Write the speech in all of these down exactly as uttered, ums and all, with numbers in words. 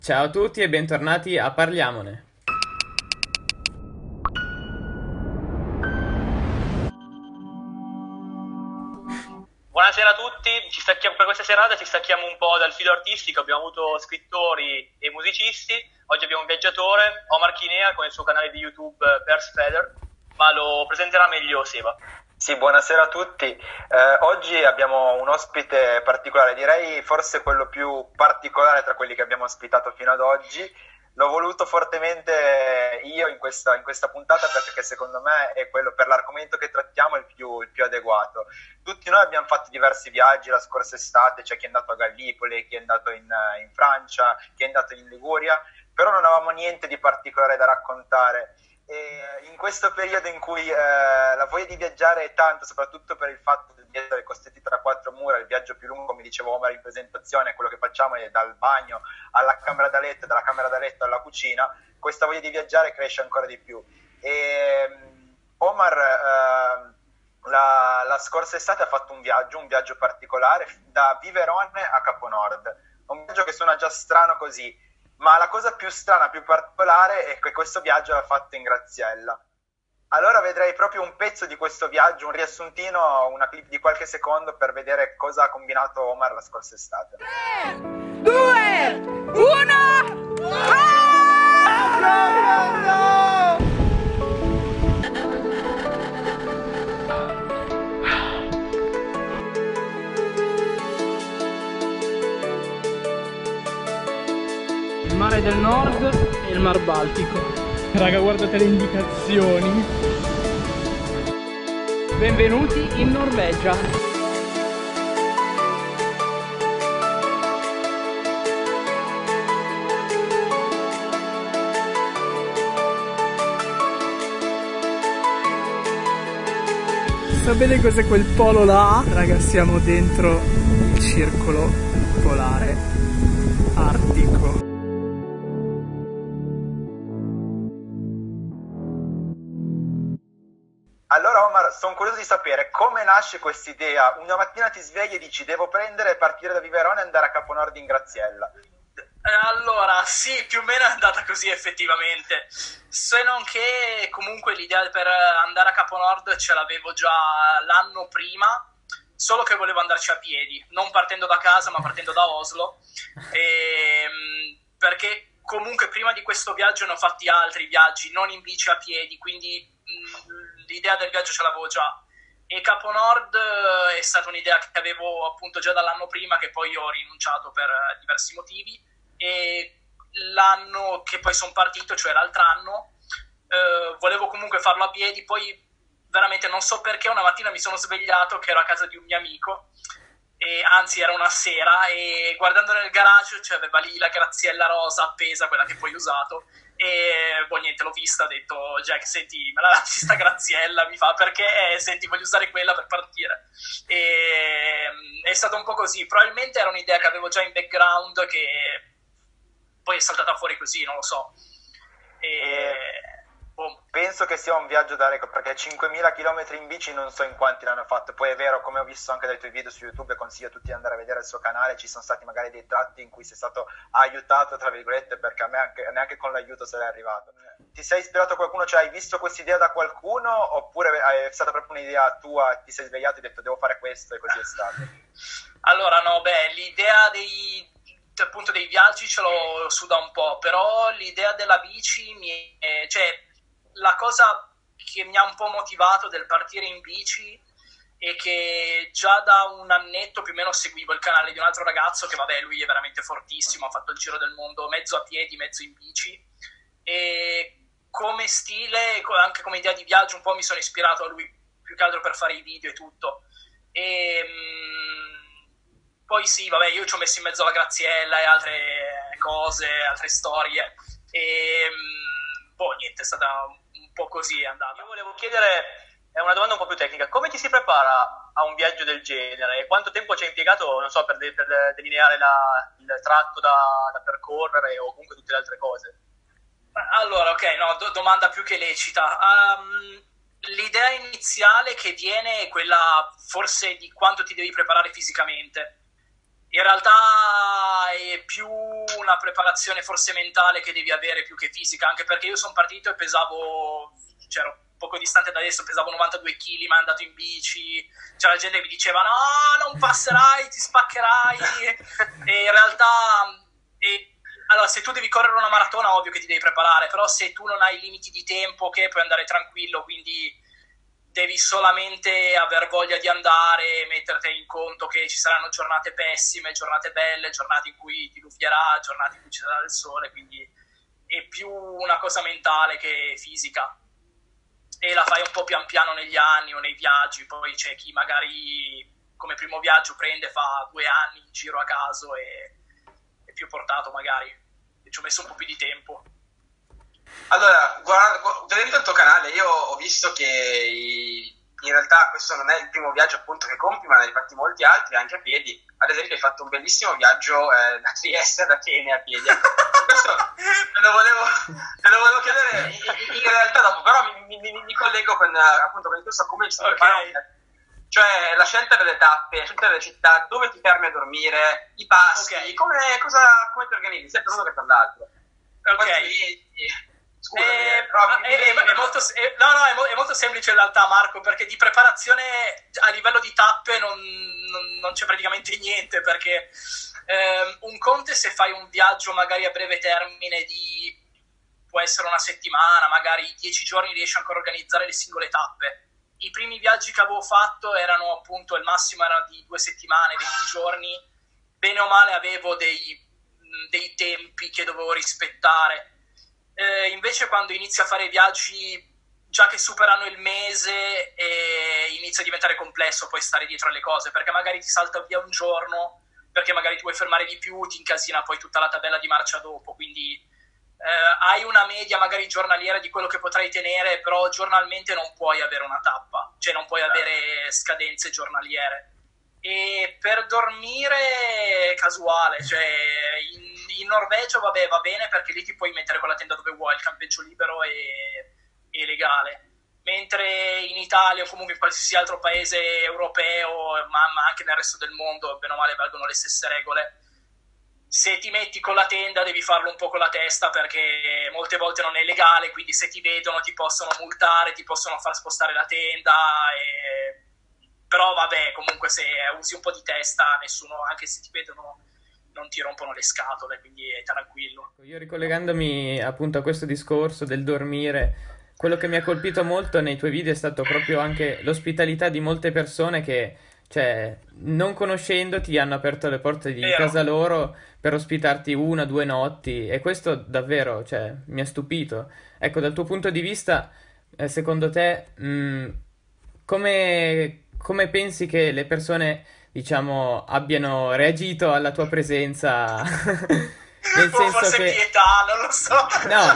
Ciao a tutti e bentornati a Parliamone. Buonasera a tutti, ci stacchiamo, per questa serata ci stacchiamo un po' dal filo artistico, abbiamo avuto scrittori e musicisti, oggi abbiamo un viaggiatore, Omar Chinea, con il suo canale di YouTube eh, Pers Feather, ma lo presenterà meglio Seba. Sì, buonasera a tutti. Eh, oggi abbiamo un ospite particolare, direi forse quello più particolare tra quelli che abbiamo ospitato fino ad oggi. L'ho voluto fortemente io in questa, in questa puntata perché secondo me è quello per l'argomento che trattiamo il più, il più adeguato. Tutti noi abbiamo fatto diversi viaggi la scorsa estate, c'è chi è andato a Gallipoli, chi è andato in, in Francia, chi è andato in Liguria, però non avevamo niente di particolare da raccontare. E in questo periodo in cui eh, la voglia di viaggiare è tanta, soprattutto per il fatto di essere costretti tra quattro mura, il viaggio più lungo, come dicevo Omar in presentazione, quello che facciamo è dal bagno alla camera da letto, dalla camera da letto alla cucina, questa voglia di viaggiare cresce ancora di più. E Omar eh, la, la scorsa estate ha fatto un viaggio, un viaggio particolare da Viverone a Caponord, un viaggio che suona già strano così, ma la cosa più strana, più particolare è che questo viaggio l'ha fatto in Graziella. Allora vedrei proprio un pezzo di questo viaggio, un riassuntino, una clip di qualche secondo per vedere cosa ha combinato Omar la scorsa estate. tre, due, uno, Il mare del nord e il mar Baltico. Raga, guardate le indicazioni. Benvenuti in Norvegia. Sapete cos'è quel polo là? Raga, siamo dentro il circolo polare artico. Allora Omar, sono curioso di sapere come nasce questa idea. Una mattina ti svegli e dici devo prendere e partire da Viverone e andare a Caponord in Graziella. Eh, Allora, sì, più o meno è andata così effettivamente, se non che comunque l'idea per andare a Caponord ce l'avevo già l'anno prima, solo che volevo andarci a piedi, non partendo da casa ma partendo da Oslo, e, perché comunque prima di questo viaggio ne ho fatti altri viaggi, non in bici a piedi, quindi mh, l'idea del viaggio ce l'avevo già. E Capo Nord eh, è stata un'idea che avevo appunto già dall'anno prima, che poi ho rinunciato per eh, diversi motivi, e l'anno che poi sono partito, cioè l'altro anno, eh, volevo comunque farlo a piedi, poi veramente non so perché una mattina mi sono svegliato che ero a casa di un mio amico, e anzi era una sera, e guardando nel garage c'aveva lì la graziella rosa appesa, quella che poi ho usato, e boh, niente, l'ho vista, ho detto Jack, senti, me la lasci sta graziella? Mi fa, perché? Eh, senti, voglio usare quella per partire. E è stato un po' così, probabilmente era un'idea che avevo già in background, che poi è saltata fuori così, non lo so. E boh. Penso che sia un viaggio da record perché cinquemila chilometri in bici non so in quanti l'hanno fatto. Poi è vero, come ho visto anche dai tuoi video su YouTube, e consiglio a tutti di andare a vedere il suo canale, ci sono stati magari dei tratti in cui sei stato aiutato, tra virgolette, perché a me anche, neanche con l'aiuto sei arrivato. Ti sei ispirato a qualcuno, cioè hai visto questa idea da qualcuno, oppure è stata proprio un'idea tua, ti sei svegliato e hai detto devo fare questo e così è stato? Allora, no, beh, l'idea dei, appunto dei viaggi ce l'ho su da un po', però l'idea della bici mi è, cioè, la cosa che mi ha un po' motivato del partire in bici è che già da un annetto più o meno seguivo il canale di un altro ragazzo che, vabbè, lui è veramente fortissimo, ha fatto il giro del mondo mezzo a piedi, mezzo in bici, e come stile, anche come idea di viaggio, un po' mi sono ispirato a lui, più che altro per fare i video e tutto. E mh, poi sì, vabbè, io ci ho messo in mezzo la graziella e altre cose, altre storie, e mh, boh, niente, è stata un po' così, è andata. Io volevo chiedere, è una domanda un po' più tecnica, come ci si prepara a un viaggio del genere? E quanto tempo ci hai impiegato, non so, per, de- per delineare la- il tratto da, da percorrere o comunque tutte le altre cose? Allora, ok, no, do- domanda più che lecita. Um, l'idea iniziale che viene è quella forse di quanto ti devi preparare fisicamente. In realtà è più una preparazione forse mentale che devi avere più che fisica, anche perché io sono partito e pesavo, c'ero poco distante da adesso, pesavo novantadue chili, ma andato in bici, c'era gente che mi diceva no, non passerai, ti spaccherai, e in realtà, e, allora se tu devi correre una maratona ovvio che ti devi preparare, però se tu non hai limiti di tempo che puoi andare tranquillo, quindi devi solamente aver voglia di andare, metterti in conto che ci saranno giornate pessime, giornate belle, giornate in cui ti luffierà, giornate in cui ci sarà il sole, quindi è più una cosa mentale che fisica. E la fai un po' pian piano negli anni o nei viaggi, poi c'è chi magari come primo viaggio prende, fa due anni in giro a caso e è più portato magari, e ci ho messo un po' più di tempo. Allora, guarda, vedendo il tuo canale io ho visto che in realtà questo non è il primo viaggio appunto che compi, ma ne hai fatti molti altri anche a piedi. Ad esempio hai fatto un bellissimo viaggio eh, da Trieste ad Atene a piedi. Questo me lo volevo, me lo volevo chiedere in, in realtà dopo, però mi, mi, mi collego con appunto con il tuo come ci si prepara un viaggio. Cioè la scelta delle tappe, la scelta delle città, dove ti fermi a dormire, i passi, okay. come, cosa, come ti organizzi sia per uno che per l'altro. Ok. Scusami, Eh, però è, è, è, molto, è, no, no, è, mo- è molto semplice in realtà, Marco, perché di preparazione a livello di tappe non, non, non c'è praticamente niente, perché ehm, un conto è se fai un viaggio magari a breve termine di può essere una settimana, magari dieci giorni, riesci ancora a organizzare le singole tappe. I primi viaggi che avevo fatto erano appunto, il massimo era di due settimane, venti giorni, bene o male avevo dei, dei tempi che dovevo rispettare. Eh, invece quando inizi a fare viaggi già che superano il mese eh, inizia a diventare complesso poi stare dietro alle cose, perché magari ti salta via un giorno, perché magari ti vuoi fermare di più, ti incasina poi tutta la tabella di marcia dopo, quindi eh, hai una media magari giornaliera di quello che potrai tenere, però giornalmente non puoi avere una tappa, cioè non puoi avere scadenze giornaliere. E per dormire casuale, cioè in, in Norvegia vabbè va bene perché lì ti puoi mettere con la tenda dove vuoi, il campeggio libero e, e legale, mentre in Italia o comunque in qualsiasi altro paese europeo, ma, ma anche nel resto del mondo, bene o male valgono le stesse regole. Se ti metti con la tenda devi farlo un po' con la testa, perché molte volte non è legale, quindi se ti vedono ti possono multare, ti possono far spostare la tenda e... però vabbè, comunque se usi un po' di testa, nessuno, anche se ti vedono, non ti rompono le scatole, quindi è tranquillo. Io ricollegandomi appunto a questo discorso del dormire, quello che mi ha colpito molto nei tuoi video è stato proprio anche l'ospitalità di molte persone che, cioè, non conoscendoti hanno aperto le porte di Vero. casa loro per ospitarti una, due notti, e questo davvero, cioè, mi ha stupito. Ecco, dal tuo punto di vista, eh, secondo te, mh, come... come pensi che le persone, diciamo, abbiano reagito alla tua presenza? Nel Oh, senso forse che... pietà, non lo so. No,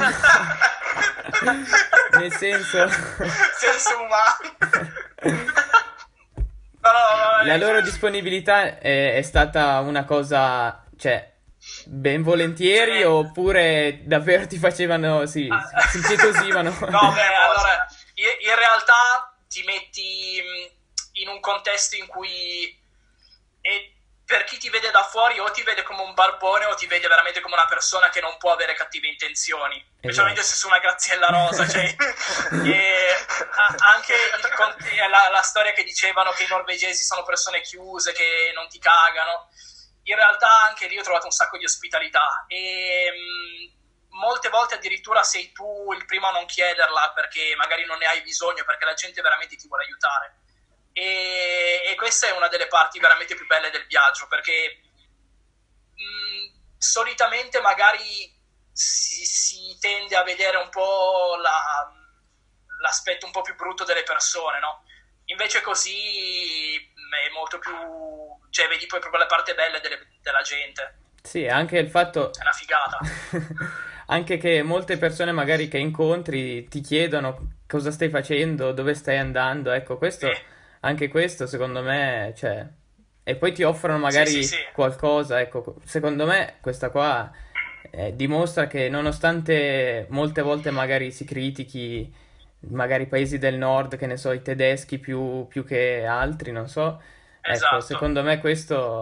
nel senso... Senso umano. No, no, no, no, La loro no. disponibilità è, è stata una cosa, cioè, ben volentieri, Cioè- oppure davvero ti facevano, sì, si impietosivano? No, beh, allora, in, in realtà ti metti mh, in un contesto in cui e per chi ti vede da fuori o ti vede come un barbone o ti vede veramente come una persona che non può avere cattive intenzioni, specialmente se su una Graziella Rosa, cioè, e a- anche il con- e la, la storia che dicevano che i norvegesi sono persone chiuse, che non ti cagano, in realtà anche lì ho trovato un sacco di ospitalità e mh, molte volte addirittura sei tu il primo a non chiederla perché magari non ne hai bisogno, perché la gente veramente ti vuole aiutare. E, e questa è una delle parti veramente più belle del viaggio, perché mh, solitamente magari si, si tende a vedere un po' la, l'aspetto un po' più brutto delle persone, no? Invece così è molto più, cioè vedi poi proprio la parte bella delle- della gente, Sì, anche il fatto... è una figata. Anche che molte persone magari che incontri ti chiedono cosa stai facendo, dove stai andando, ecco, questo, Sì. anche questo secondo me, cioè, e poi ti offrono magari Sì, sì, sì. qualcosa, ecco, secondo me questa qua eh, dimostra che nonostante molte volte magari si critichi magari i paesi del nord, che ne so, i tedeschi più, più che altri, non so, ecco, Esatto. secondo me questo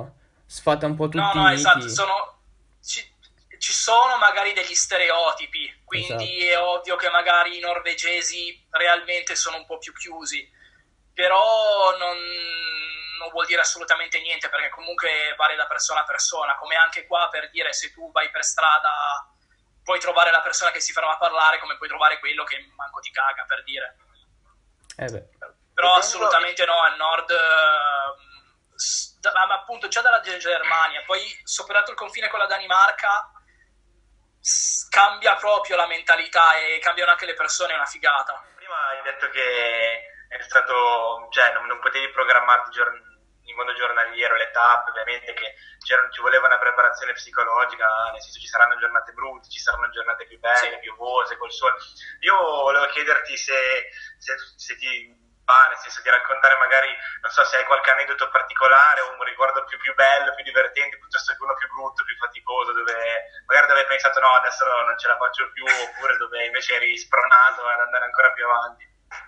sfata un po' tutti No, i no, miti. esatto, sono... Ci, ci sono magari degli stereotipi, quindi Esatto. è ovvio che magari i norvegesi realmente sono un po' più chiusi, però non, non vuol dire assolutamente niente, perché comunque varia da persona a persona, come anche qua, per dire, se tu vai per strada puoi trovare la persona che si ferma a parlare, come puoi trovare quello che manco ti caga, per dire. Eh beh. Però Vedendo- assolutamente no, al nord, eh, s- da- ma appunto già dalla Germania, poi superato il confine con la Danimarca, s- cambia proprio la mentalità e cambiano anche le persone, è una figata. Prima hai detto che è stato, cioè non, non potevi programmarti giorn- in modo giornaliero le tappe, ovviamente che c'era- ci voleva una preparazione psicologica, nel senso ci saranno giornate brutte, ci saranno giornate più belle, Sì. piovose, col sole. Io volevo chiederti se, se, se ti va, nel senso di raccontare magari, non so, se hai qualche aneddoto particolare o un ricordo più, più bello, più divertente, piuttosto che uno più brutto, più faticoso, dove magari dove hai pensato no, adesso non ce la faccio più, oppure dove invece eri spronato ad andare ancora più avanti.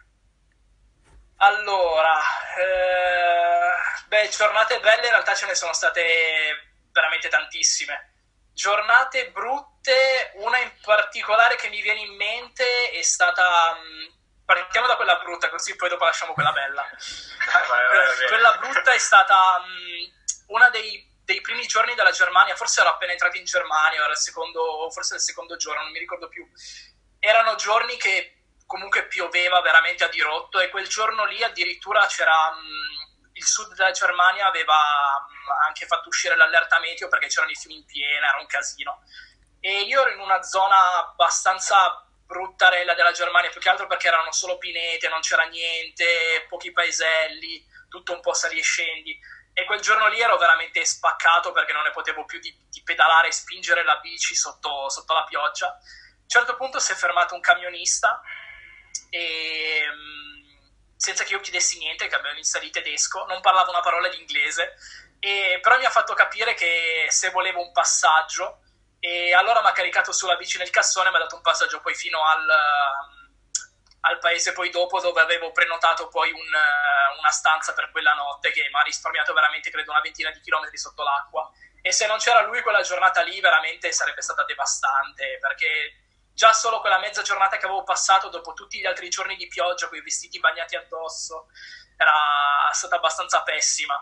Allora, eh, beh, giornate belle in realtà ce ne sono state veramente tantissime. Giornate brutte, una in particolare che mi viene in mente è stata... mh, partiamo da quella brutta, così poi dopo lasciamo quella bella. Vai, vai, vai, vai. Quella brutta è stata mh, una dei, dei primi giorni della Germania, forse ero appena entrato in Germania, era il secondo, o forse il secondo giorno, non mi ricordo più. Erano giorni che comunque pioveva veramente a dirotto e quel giorno lì addirittura c'era mh, il sud della Germania aveva mh, anche fatto uscire l'allerta meteo perché c'erano i fiumi in piena, era un casino. E io ero in una zona abbastanza bruttarella della Germania, più che altro perché erano solo pinete, non c'era niente, pochi paeselli, tutto un po' sali e scendi. E quel giorno lì ero veramente spaccato perché non ne potevo più di, di pedalare e spingere la bici sotto, sotto la pioggia. A un certo punto si è fermato un camionista e mh, senza che io chiedessi niente, che aveva in salì tedesco, non parlava una parola di inglese, e però mi ha fatto capire che se volevo un passaggio, e allora mi ha caricato sulla bici nel cassone e mi ha dato un passaggio poi fino al, al paese poi dopo, dove avevo prenotato poi un, una stanza per quella notte, che mi ha risparmiato veramente credo una ventina di chilometri sotto l'acqua. E se non c'era lui quella giornata lì veramente sarebbe stata devastante, perché già solo quella mezza giornata che avevo passato dopo tutti gli altri giorni di pioggia con i vestiti bagnati addosso era stata abbastanza pessima.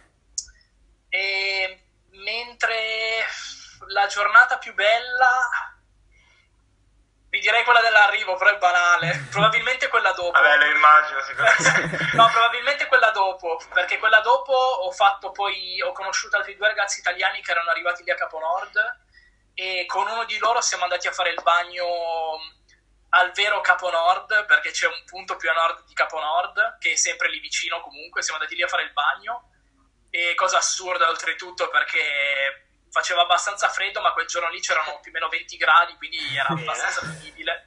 E mentre la giornata più bella, vi direi quella dell'arrivo, però è banale, probabilmente quella dopo. Vabbè, lo immagino sicuramente. No, probabilmente quella dopo, perché quella dopo ho fatto poi, ho conosciuto altri due ragazzi italiani che erano arrivati lì a Capo Nord e con uno di loro siamo andati a fare il bagno al vero Capo Nord, perché c'è un punto più a nord di Capo Nord, che è sempre lì vicino comunque, siamo andati lì a fare il bagno, e cosa assurda oltretutto perché faceva abbastanza freddo, ma quel giorno lì c'erano più o meno venti gradi, quindi era abbastanza vivibile.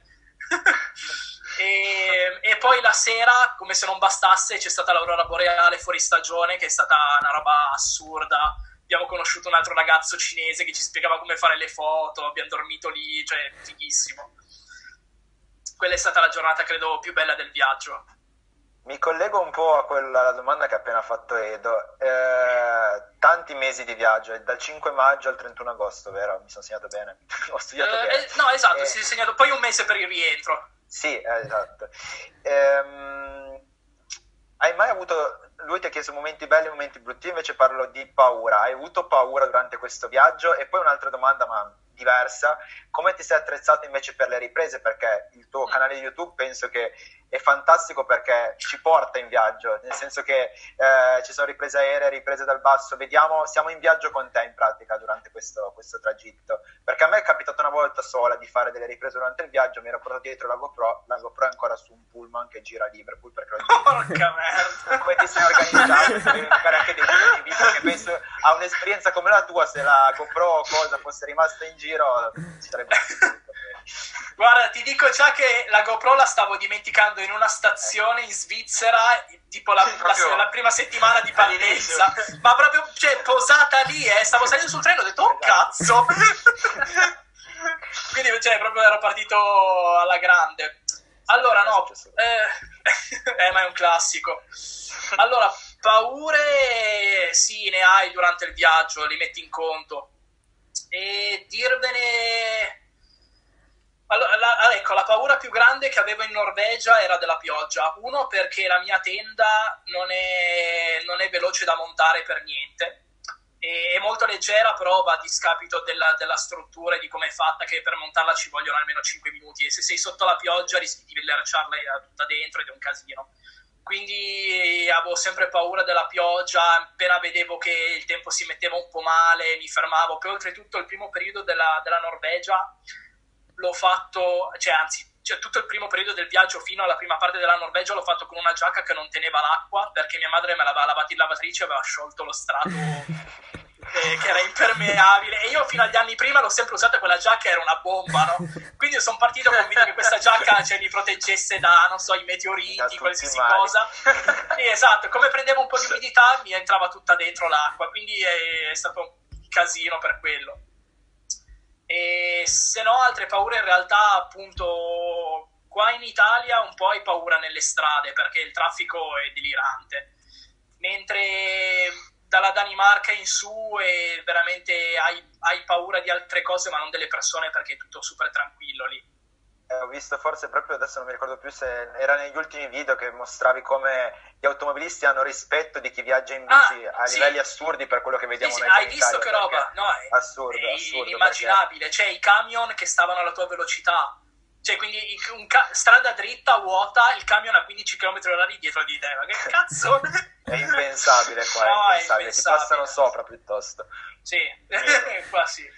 e, e poi la sera, come se non bastasse, c'è stata l'aurora boreale fuori stagione, che è stata una roba assurda. Abbiamo conosciuto un altro ragazzo cinese che ci spiegava come fare le foto, abbiamo dormito lì, cioè fighissimo. Quella è stata la giornata, credo, più bella del viaggio. Mi collego un po' a quella alla domanda che ha appena fatto Edo. Eh, tanti mesi di viaggio, è dal cinque maggio al trentuno agosto, vero? Mi sono segnato bene. Ho studiato Eh, bene. eh, no, esatto, Eh, si è segnato poi un mese per il rientro. Sì, eh, esatto. Ehm, hai mai avuto, lui ti ha chiesto momenti belli e momenti brutti, io invece parlo di paura. Hai avuto paura durante questo viaggio? E poi un'altra domanda, ma diversa, come ti sei attrezzato invece per le riprese? Perché il tuo canale di YouTube penso che è fantastico perché ci porta in viaggio, nel senso che eh, ci sono riprese aeree, riprese dal basso, vediamo, siamo in viaggio con te in pratica durante questo, questo tragitto, perché a me è capitato una volta sola di fare delle riprese durante il viaggio, mi ero portato dietro la GoPro, la GoPro è ancora su un pullman che gira a Liverpool, perché lo Porca merda. come ti sei organizzato, se devi fare anche dei video, perché penso a un'esperienza come la tua, se la GoPro cosa fosse rimasta in giro ci sarebbe tutto. Guarda, ti dico già che la GoPro la stavo dimenticando in una stazione in Svizzera, tipo la, la, la prima settimana di partenza, ma proprio, cioè, posata lì, eh, stavo salendo sul treno e ho detto, oh cazzo! Quindi, cioè, proprio ero partito alla grande. Allora, no, eh, eh, ma è un classico. Allora, Paure sì, ne hai durante il viaggio, li metti in conto. E dirvene... Allora, la, ecco, la paura più grande che avevo in Norvegia era della pioggia. Uno, perché la mia tenda non è, non è veloce da montare per niente. E, è molto leggera, però va a discapito della, della struttura e di come è fatta, che per montarla ci vogliono almeno cinque minuti. E se sei sotto la pioggia rischi di lerciarla tutta dentro ed è un casino. Quindi avevo sempre paura della pioggia, appena vedevo che il tempo si metteva un po' male, mi fermavo. Poi oltretutto il primo periodo della, della Norvegia l'ho fatto, cioè anzi, cioè tutto il primo periodo del viaggio fino alla prima parte della Norvegia l'ho fatto con una giacca che non teneva l'acqua, perché mia madre me l'aveva lavata in lavatrice e aveva sciolto lo strato eh, che era impermeabile, e io fino agli anni prima l'ho sempre usata quella giacca, era una bomba, no? Quindi sono partito convinto che questa giacca, cioè, mi proteggesse da, non so, i meteoriti, qualsiasi cosa. Sì, esatto, come prendevo un po' di umidità mi entrava tutta dentro l'acqua, quindi è, è stato un casino per quello. E se no, altre paure in realtà, appunto, qua in Italia un po' hai paura nelle strade perché il traffico è delirante, mentre dalla Danimarca in su è veramente hai, hai paura di altre cose ma non delle persone, perché è tutto super tranquillo lì. Eh, ho visto forse proprio, adesso non mi ricordo più se era negli ultimi video, che mostravi come gli automobilisti hanno rispetto di chi viaggia in bici ah, a sì. livelli assurdi per quello che vediamo sì, noi sì, hai in visto Italia, che roba? No, è, assurdo, è assurdo, inimmaginabile, perché... cioè i camion che stavano alla tua velocità, cioè quindi un ca- strada dritta vuota, il camion a quindici chilometri orari dietro di te, ma che cazzo? È impensabile qua, no, è impensabile, è ti passano sopra piuttosto. Sì, qua sì.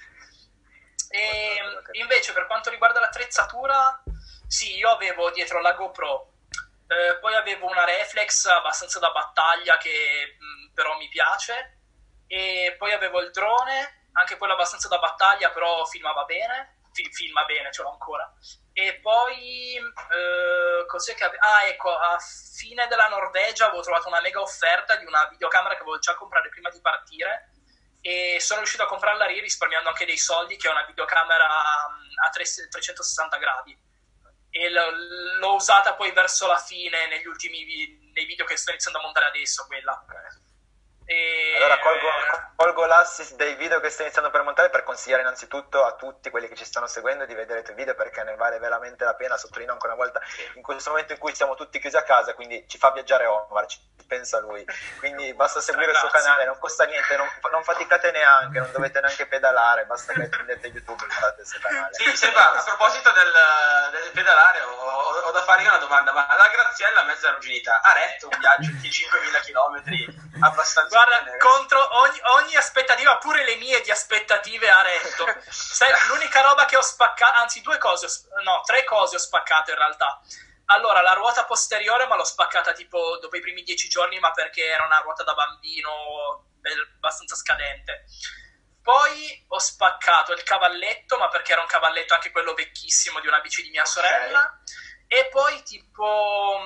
E invece per quanto riguarda l'attrezzatura, sì, io avevo dietro la GoPro, eh, poi avevo una reflex abbastanza da battaglia che mh, però mi piace, e poi avevo il drone, anche quello abbastanza da battaglia, però filmava bene, fi- filma bene, ce l'ho ancora. E poi eh, cos'è che avevo? Ah, ecco, a fine della Norvegia avevo trovato una mega offerta di una videocamera che volevo già comprare prima di partire, e sono riuscito a comprarla lì risparmiando anche dei soldi, che è una videocamera a trecentosessanta gradi, e l- l'ho usata poi verso la fine negli ultimi vi- nei video che sto iniziando a montare adesso, quella. E... Allora colgo, colgo l'assist dei video che stai iniziando per montare per consigliare innanzitutto a tutti quelli che ci stanno seguendo di vedere i tuoi video, perché ne vale veramente la pena. Sottolineo ancora una volta, in questo momento in cui siamo tutti chiusi a casa, quindi ci fa viaggiare Omar, ci pensa lui, quindi basta seguire il suo canale, non costa niente, non, non faticate neanche, non dovete neanche pedalare, basta che prendete YouTube e guardate il suo canale. Sì, sembra, a proposito del, del pedalare ho, ho, ho da fargli una domanda, ma la Graziella mezza arrugginita ha retto un viaggio di cinquemila chilometri abbastanza... Guarda, bene, contro ogni, ogni aspettativa, pure le mie di aspettative ha retto. Sai, l'unica roba che ho spaccato, anzi due cose, no, tre cose ho spaccato in realtà. Allora, la ruota posteriore ma l'ho spaccata tipo dopo i primi dieci giorni, ma perché era una ruota da bambino abbastanza scadente. Poi ho spaccato il cavalletto, ma perché era un cavalletto anche quello vecchissimo di una bici di mia sorella. Okay. E poi tipo...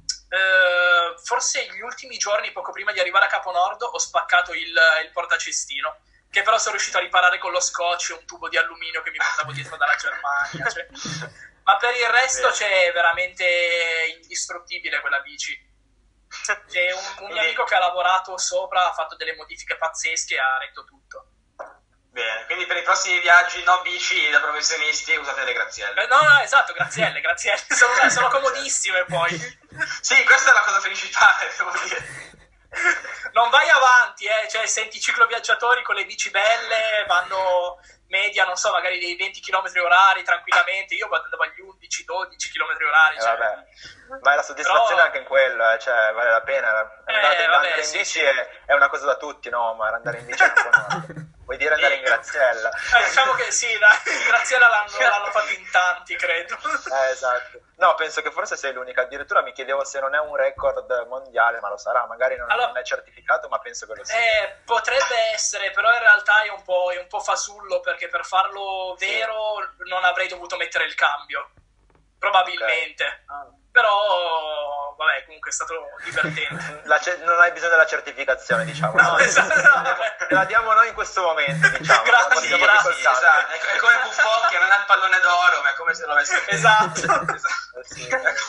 Uh, forse gli ultimi giorni, poco prima di arrivare a Caponordo, ho spaccato il, il portacestino, che però sono riuscito a riparare con lo scotch, un tubo di alluminio che mi portavo dietro dalla Germania, cioè. Ma per il resto c'è veramente indistruttibile quella bici. C'è un, un mio amico che ha lavorato sopra, ha fatto delle modifiche pazzesche e ha retto tutto. Bene, quindi per i prossimi viaggi no bici da professionisti usate le Grazielle. Eh, no, no, esatto, Grazielle, Grazielle, sono, sono comodissime poi. Sì, questa è la cosa principale, devo dire. Non vai avanti, eh, cioè senti i cicloviaggiatori con le bici belle, vanno media, non so, magari dei venti chilometri orari tranquillamente, io andavo agli undici dodici chilometri orari. Eh, cioè... vabbè. Ma è la soddisfazione Però... anche in quello, eh, cioè vale la pena. Andare, eh, in, vabbè, andare in sì, bici sì. È, è una cosa da tutti, no? Ma andare in bici è un po' no. Vuoi dire andare in Graziella? Eh, diciamo che sì, dai, in Graziella l'hanno, l'hanno fatto in tanti, credo. Eh, esatto. No, penso che forse sei l'unica. Addirittura mi chiedevo se non è un record mondiale, ma lo sarà. Magari non, allora, non è certificato, ma penso che lo sia. Eh, potrebbe essere, però in realtà è un po', è un po' fasullo, perché per farlo vero sì. non avrei dovuto mettere il cambio. Probabilmente. Okay. Però, vabbè, comunque è stato divertente. La ce- non hai bisogno della certificazione, diciamo. No, esatto, no, te la diamo noi in questo momento, diciamo. Grazie, grazie. Sì, esatto. È come Buffon che non ha il pallone d'oro, ma è come se lo avesse... Esatto. Sì.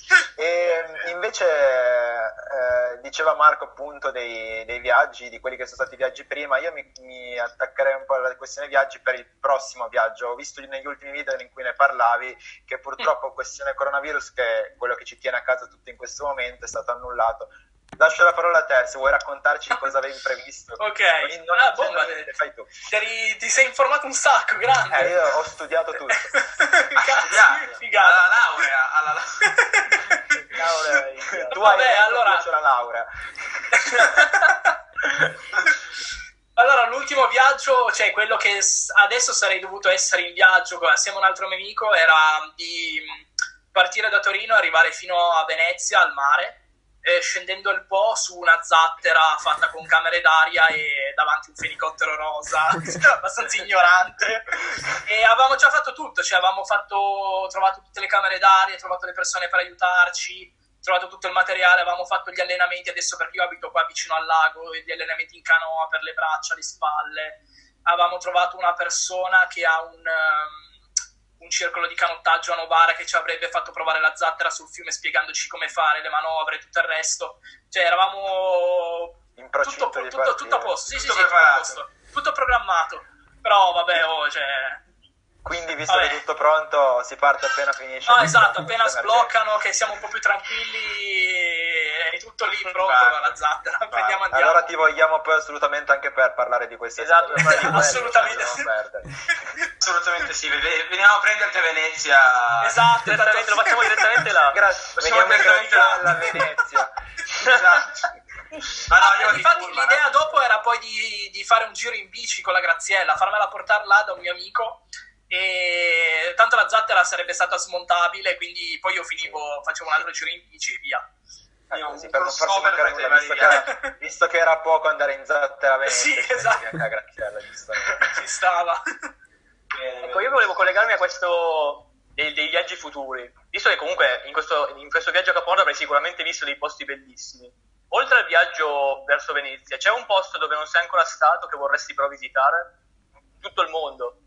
E invece eh, diceva Marco appunto dei, dei viaggi, di quelli che sono stati i viaggi prima. Io mi, mi attaccherei un po' alla questione viaggi per il prossimo viaggio. Ho visto negli ultimi video in cui ne parlavi che purtroppo questione coronavirus, che è quello che ci tiene a casa tutti in questo momento, è stato annullato. Lascio la parola a te, se vuoi raccontarci cosa avevi previsto. Ok, non ah, bomba, fai tu. Ti, ti sei informato un sacco, grande. Eh, io ho studiato tutto. Cazzo, figata. Alla laurea, alla laurea. Tu Vabbè, hai allora... la laurea. Allora, l'ultimo viaggio, cioè quello che adesso sarei dovuto essere in viaggio assieme a un altro mio amico, era di partire da Torino e arrivare fino a Venezia, al mare, eh, scendendo il Po su una zattera fatta con camere d'aria e davanti un fenicottero rosa, abbastanza ignorante. E avevamo già fatto tutto, cioè avevamo fatto, trovato tutte le camere d'aria, trovato le persone per aiutarci, trovato tutto il materiale, avevamo fatto gli allenamenti, adesso perché io abito qua vicino al lago, gli allenamenti in canoa per le braccia, le spalle. Avevamo trovato una persona che ha un, um, un circolo di canottaggio a Novara che ci avrebbe fatto provare la zattera sul fiume spiegandoci come fare, le manovre, tutto il resto. Cioè eravamo in tutto, tutto, tutto a posto, sì, tutto sì, sì, tutto a posto, tutto programmato. Però vabbè, oh, cioè... Quindi, visto Vabbè. che è tutto pronto, si parte appena finisce. No, esatto, appena sbloccano, che siamo un po' più tranquilli, è tutto lì pronto la zattera. Vai. Prendiamo, andiamo. Allora ti vogliamo poi assolutamente anche per parlare di questa Esatto, storia. Quello, assolutamente. non perdere. Assolutamente sì, veniamo a prenderti a Venezia. Esatto, direttamente, lo facciamo direttamente là. Grazie, Facciamo veniamo direttamente grazie là. alla Venezia. Esatto. Ma no, Ah, io infatti di curva, l'idea eh. dopo era poi di, di fare un giro in bici con la Graziella, farmela portare là da un mio amico, e tanto la zattera sarebbe stata smontabile, quindi poi io finivo, facevo un altro giro in bici e via. Ecco, un sì, per non farsi crossover mancare poteva nulla, visto che, arrivare. era, visto che era poco andare in zattera a Venezia, Sì, esatto. anche a Graziella, giustamente. Ci stava. Ecco, io volevo collegarmi a questo dei, dei viaggi futuri, visto che comunque in questo, in questo viaggio a Caponordo avrei sicuramente visto dei posti bellissimi. Oltre al viaggio verso Venezia, c'è un posto dove non sei ancora stato che vorresti però visitare? Tutto il mondo.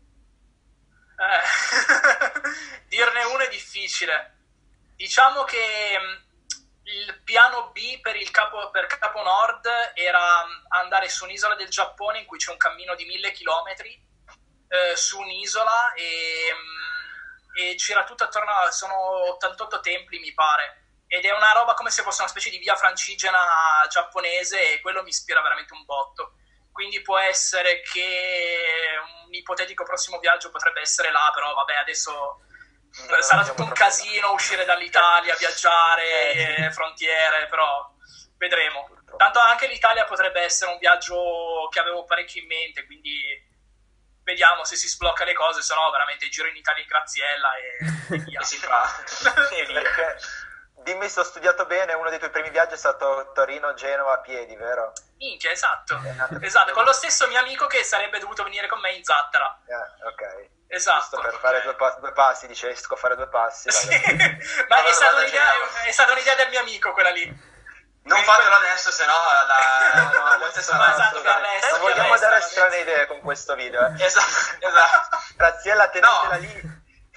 Eh, dirne uno è difficile. Diciamo che mh, il piano B per il capo, per Capo Nord era mh, andare su un'isola del Giappone in cui c'è un cammino di mille chilometri eh, su un'isola e, mh, e gira tutto attorno a, sono ottantotto templi mi pare, ed è una roba come se fosse una specie di via francigena giapponese, e quello mi ispira veramente un botto. Quindi può essere che un ipotetico prossimo viaggio potrebbe essere là, però vabbè, adesso No, sarà no, tutto un troppo casino uscire dall'Italia, viaggiare, eh, frontiere, però vedremo. Tanto anche l'Italia potrebbe essere un viaggio che avevo parecchio in mente, quindi vediamo se si sblocca le cose, se no veramente giro in Italia in Graziella e, e via. E si fa. E via. Perché, dimmi se ho studiato bene, uno dei tuoi primi viaggi è stato Torino-Genova a piedi, vero? Minchia, esatto, È nato- esatto, con lo stesso mio amico che sarebbe dovuto venire con me in zattera. Eh, ok. Esatto. Giusto per fare due, pa- due passi, dice esco a fare due passi. Sì, vabbè. ma è Allora stata, vado a un'idea, Genova. è stata un'idea del mio amico quella lì. Non fatelo adesso, se no la, No, no, la adesso sarà no, esatto, assolutamente. per resto, Non per vogliamo resto, dare per strane resto. idee con questo video. Eh. Esatto, esatto. Graziella, tenetela No. lì.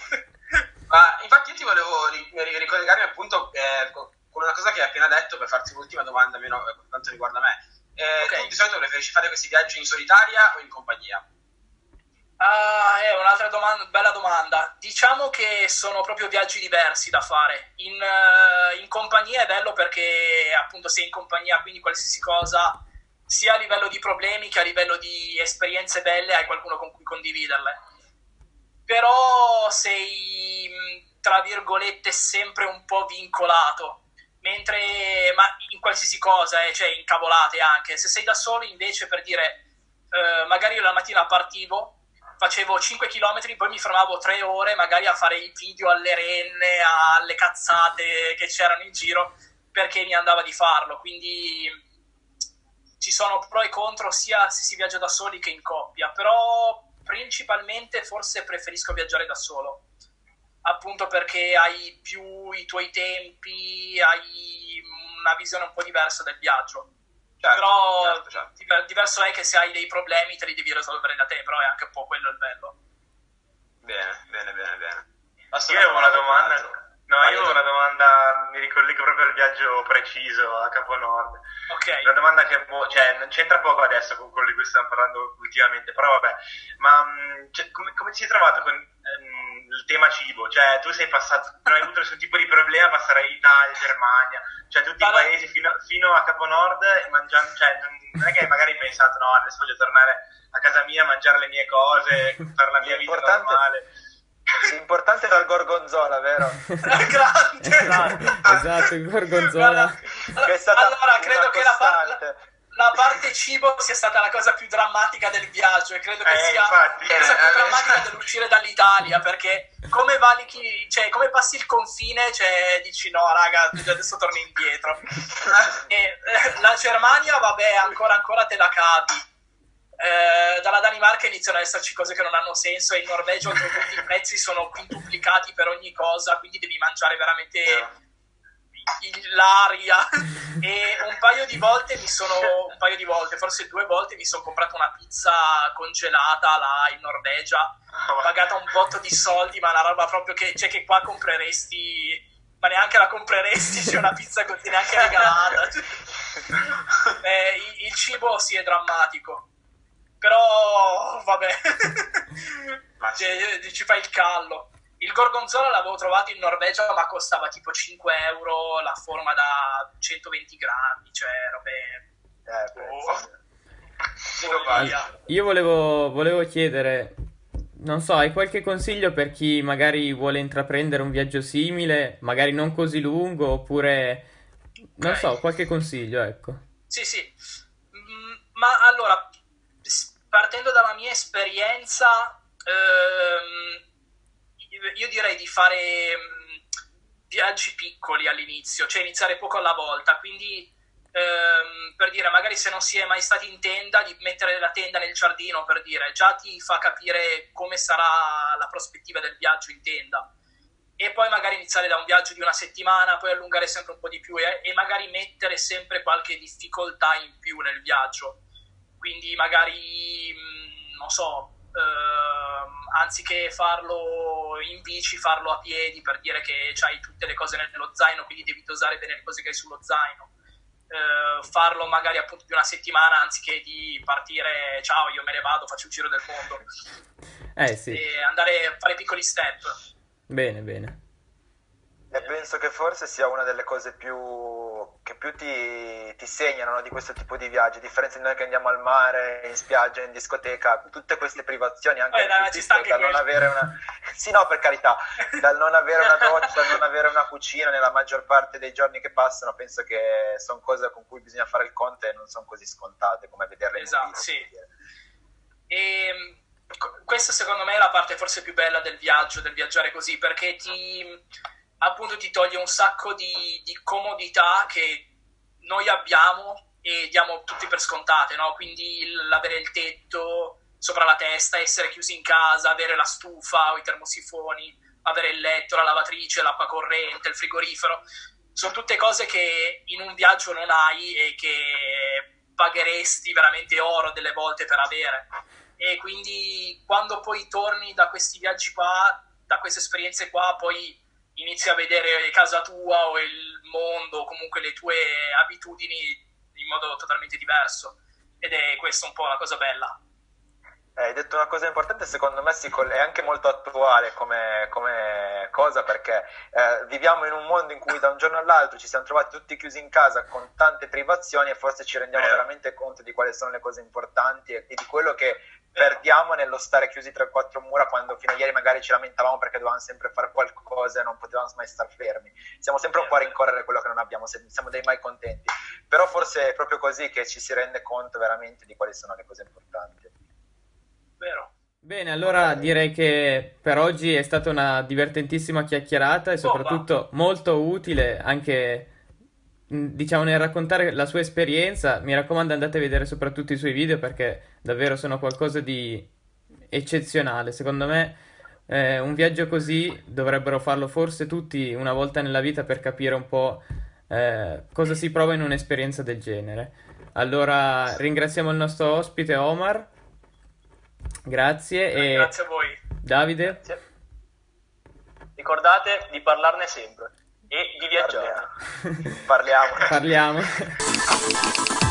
Ma infatti io ti volevo ri- ri- ricollegarmi appunto eh, con con una cosa che hai appena detto, per farti l'ultima domanda, almeno per quanto riguarda me. Eh, Ok. Tu di solito preferisci fare questi viaggi in solitaria o in compagnia? Ah, è un'altra domanda, bella domanda. Diciamo che sono proprio viaggi diversi da fare. In, eh, in compagnia è bello perché appunto sei in compagnia, quindi qualsiasi cosa, sia a livello di problemi che a livello di esperienze belle, hai qualcuno con cui condividerle. Però sei, mh, tra virgolette, sempre un po' vincolato. Mentre, ma in qualsiasi cosa, eh, cioè in cavolate anche. Se sei da solo invece, per dire, eh, magari io la mattina partivo, facevo cinque chilometri, poi mi fermavo tre ore magari a fare i video alle renne, alle cazzate che c'erano in giro, perché mi andava di farlo. Quindi ci sono pro e contro sia se si viaggia da soli che in coppia, però principalmente forse preferisco viaggiare da solo, appunto perché hai più i tuoi tempi, hai una visione un po' diversa del viaggio. Certo, Però certo, certo. diver- diverso è che se hai dei problemi te li devi risolvere da te, però è anche un po' quello il bello. Bene, bene, bene, bene. Passo Io la avevo una parola a domanda. qualcun altro. No, io ho una domanda, mi ricollego proprio al viaggio preciso a Capo Nord. Ok. Una domanda che boh, cioè, non c'entra poco adesso con quello di cui stiamo parlando ultimamente, però vabbè, ma mh, cioè, come, come ti sei trovato con ehm, il tema cibo? Cioè, tu sei passato, non hai avuto nessun tipo di problema a passare Italia, Germania, cioè tutti Allora, i paesi fino, fino a Capo Nord, e mangiando, cioè, non, non è che magari hai pensato, no, adesso voglio tornare a casa mia a mangiare le mie cose, fare la mia vita L'importante- normale. L'importante era il gorgonzola, vero? grande. Esatto, esatto, il gorgonzola. Guarda, Che è stata allora, una credo che la, par- costante. la parte cibo sia stata la cosa più drammatica del viaggio e credo che Eh, sia infatti. la cosa più Eh, drammatica dell'uscire dall'Italia, perché come valichi, cioè come passi il confine, cioè dici no raga, adesso torni indietro. E, eh, la Germania, vabbè, ancora ancora te la cavi. Eh, dalla Danimarca iniziano ad esserci cose che non hanno senso, e in Norvegia oltretutto i prezzi sono quintuplicati per ogni cosa, quindi devi mangiare veramente il- l'aria. E un paio di volte mi sono un paio di volte, forse due volte mi sono comprato una pizza congelata là in Norvegia, pagata un botto di soldi, ma una roba proprio che, cioè, che qua compreresti, ma neanche la compreresti, c'è una pizza così neanche regalata. Eh, il, il cibo sì è drammatico, però vabbè. Ma sì. Cioè, ci fai il callo. Il gorgonzola l'avevo trovato in Norvegia, ma costava tipo cinque euro la forma da centoventi grammi, cioè robe. Eh, penso. Follia. Io volevo, volevo chiedere, non so, hai qualche consiglio per chi magari vuole intraprendere un viaggio simile, magari non così lungo, oppure, non Ok. so, qualche consiglio, ecco. Sì, sì. Mm, ma allora, s- partendo dalla mia esperienza, ehm, io direi di fare mm, viaggi piccoli all'inizio, cioè iniziare poco alla volta, quindi ehm, per dire, magari se non si è mai stati in tenda, di mettere la tenda nel giardino, per dire, già ti fa capire come sarà la prospettiva del viaggio in tenda. E poi magari iniziare da un viaggio di una settimana, poi allungare sempre un po' di più, e, e magari mettere sempre qualche difficoltà in più nel viaggio. Quindi magari, mh, non so, ehm, anziché farlo in bici, farlo a piedi, per dire che hai tutte le cose nello zaino, quindi devi dosare bene le cose che hai sullo zaino. Eh, farlo magari appunto di una settimana, anziché di partire, ciao, io me ne vado, faccio il giro del mondo. Eh sì, E andare a fare piccoli step. bene, bene. E penso che forse sia una delle cose più che più ti, ti segnano, no, di questo tipo di viaggi, a differenza di noi che andiamo al mare, in spiaggia, in discoteca, tutte queste privazioni, anche Eh, dai, più ci sta piccole, anche dal non quello. avere una... Sì, no, per carità, dal non avere una doccia, dal non avere una cucina nella maggior parte dei giorni che passano, penso che sono cose con cui bisogna fare il conto e non sono così scontate come vederle in un Esatto, video, sì. per dire. E co- questa secondo me è la parte forse più bella del viaggio, del viaggiare così, perché ti appunto ti toglie un sacco di, di comodità che noi abbiamo e diamo tutti per scontate, no? Quindi l'avere il tetto sopra la testa, essere chiusi in casa, avere la stufa o i termosifoni, avere il letto, la lavatrice, l'acqua corrente, il frigorifero, sono tutte cose che in un viaggio non hai e che pagheresti veramente oro delle volte per avere. E quindi quando poi torni da questi viaggi qua, da queste esperienze qua, poi inizi a vedere casa tua o il mondo, o comunque le tue abitudini in modo totalmente diverso, ed è questa un po' la cosa bella. Eh, hai detto una cosa importante, secondo me si coll- è anche molto attuale come, come cosa, perché eh, viviamo in un mondo in cui da un giorno all'altro ci siamo trovati tutti chiusi in casa con tante privazioni, e forse ci rendiamo Vero. veramente conto di quali sono le cose importanti e, e di quello che perdiamo nello stare chiusi tra quattro mura, quando fino a ieri magari ci lamentavamo perché dovevamo sempre fare qualcosa e non potevamo mai star fermi. Siamo sempre un po' a rincorrere quello che non abbiamo, se- siamo dei mai contenti. Però forse è proprio così che ci si rende conto veramente di quali sono le cose importanti. Vero? Bene, allora direi che per oggi è stata una divertentissima chiacchierata e soprattutto molto utile anche, mh, diciamo, nel raccontare la sua esperienza. Mi raccomando, andate a vedere soprattutto i suoi video perché davvero sono qualcosa di eccezionale. Secondo me eh, un viaggio così dovrebbero farlo forse tutti una volta nella vita per capire un po' eh, cosa si prova in un'esperienza del genere. Allora ringraziamo il nostro ospite Omar. Grazie. E Grazie a voi. Davide? Grazie. ricordate di parlarne sempre e di viaggiare. Parliamo. Parliamo.